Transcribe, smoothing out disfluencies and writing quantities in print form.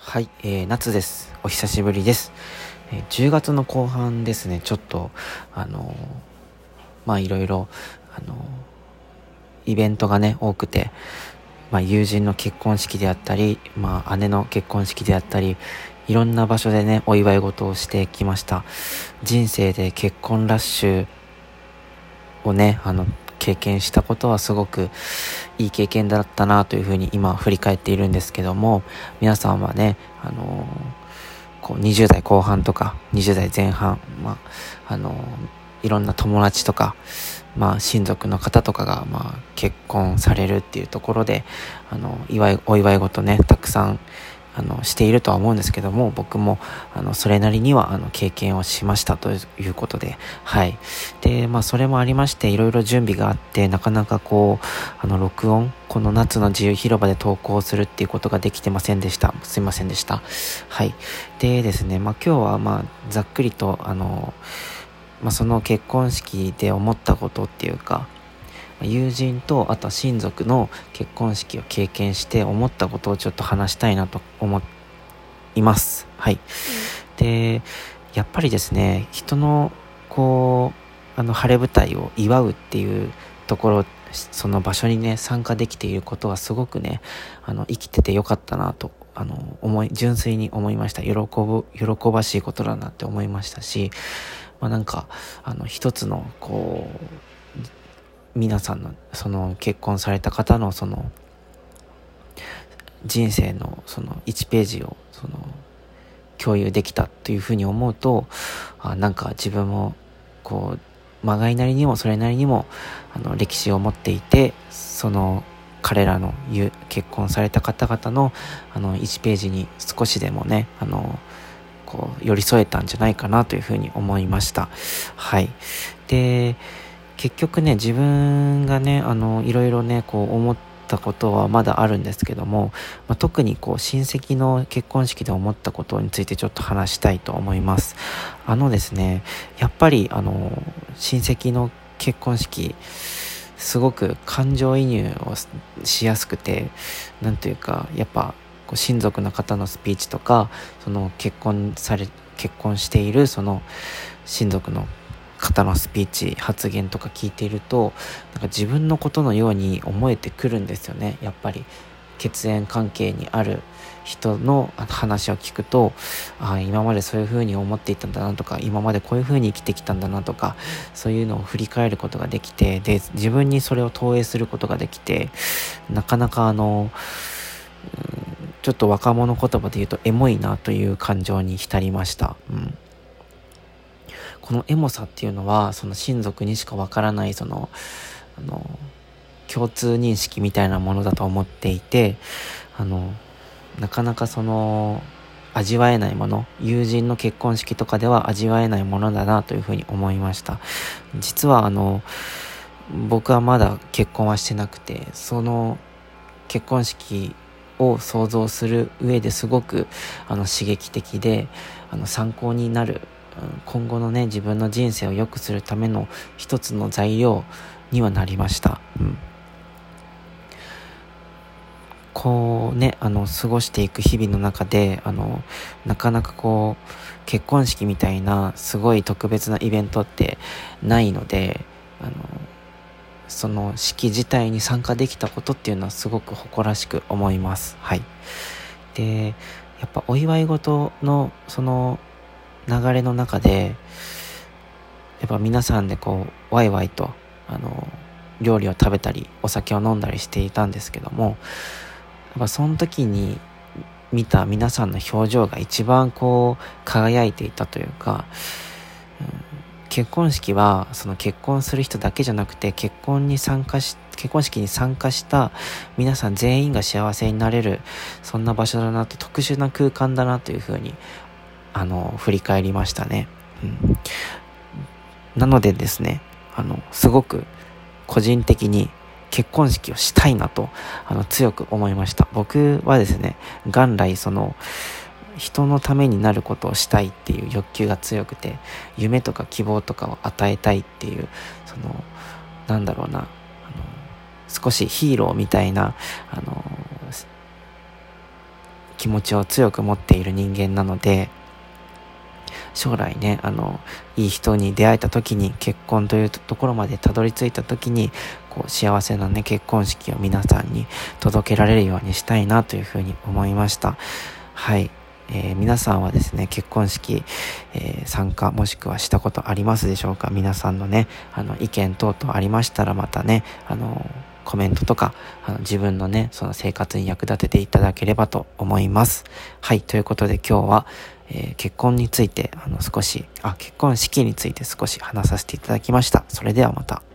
はい、夏です。お久しぶりです。10月の後半ですね、ちょっと、いろいろ、あのイベントがね、多くて、友人の結婚式であったり、姉の結婚式であったり、いろんな場所でね、お祝い事をしてきました。人生で結婚ラッシュをね、経験したことはすごくいい経験だったなというふうに今振り返っているんですけども、皆さんはね、20代後半とか20代前半、いろんな友達とか、親族の方とかが、結婚されるっていうところで、お祝い事ね、たくさん、しているとは思うんですけども、僕も、それなりには、経験をしましたということで、はい。で、それもありまして、いろいろ準備があって、なかなか録音、この夏の自由広場で投稿するっていうことができてませんでした。すいませんでした。はい。でですね、今日は、ざっくりと、その結婚式で思ったことっていうか、友人とあとは親族の結婚式を経験して思ったことをちょっと話したいなと思います。はい。で、やっぱりですね、人の晴れ舞台を祝うっていうところ、その場所にね、参加できていることはすごくね、生きててよかったなと、純粋に思いました。喜ばしいことだなって思いましたし、一つの、皆さんの、その結婚された方のその、人生のその1ページを、共有できたというふうに思うと、自分も、まがいなりにもそれなりにも、歴史を持っていて、その、彼らの結婚された方々の、1ページに少しでもね、寄り添えたんじゃないかなというふうに思いました。はい。で、結局ね、自分がね、いろいろね、思ったことはまだあるんですけども、特に親戚の結婚式で思ったことについてちょっと話したいと思います。ですね、やっぱり親戚の結婚式、すごく感情移入をしやすくて、なんというか、やっぱ親族の方のスピーチとか、その結婚しているその親族の方のスピーチ発言とか聞いていると、自分のことのように思えてくるんですよね。やっぱり血縁関係にある人の話を聞くと、今までそういう風に思っていたんだなとか、今までこういう風に生きてきたんだなとか、そういうのを振り返ることができて、で自分にそれを投影することができて、なかなかちょっと若者言葉で言うとエモいなという感情に浸りました。このエモさっていうのは、その親族にしかわからない、共通認識みたいなものだと思っていて、なかなか味わえないもの、友人の結婚式とかでは味わえないものだなというふうに思いました。実は僕はまだ結婚はしてなくて、その結婚式を想像する上ですごく刺激的で、参考になる、今後のね、自分の人生を良くするための一つの材料にはなりました。過ごしていく日々の中で、なかなか結婚式みたいなすごい特別なイベントってないので、その式自体に参加できたことっていうのはすごく誇らしく思います。はい。で、やっぱお祝い事のその流れの中で、やっぱ皆さんでワイワイと料理を食べたりお酒を飲んだりしていたんですけども、やっぱその時に見た皆さんの表情が一番輝いていたというか、結婚式はその結婚する人だけじゃなくて、結婚式に参加した皆さん全員が幸せになれる、そんな場所だなと、特殊な空間だなというふうに振り返りましたね。なのでですね、すごく個人的に結婚式をしたいなと強く思いました。僕はですね、元来人のためになることをしたいっていう欲求が強くて、夢とか希望とかを与えたいっていう、少しヒーローみたいな気持ちを強く持っている人間なので、将来ね、いい人に出会えた時に、結婚というところまでたどり着いた時に、こう幸せなね、結婚式を皆さんに届けられるようにしたいなというふうに思いました。はい。皆さんはですね、結婚式、参加もしくはしたことありますでしょうか？皆さんのね、意見等々ありましたら、またね、コメントとか、自分のね、その生活に役立てていただければと思います。はい。ということで今日は、結婚について、結婚式について少し話させていただきました。それではまた。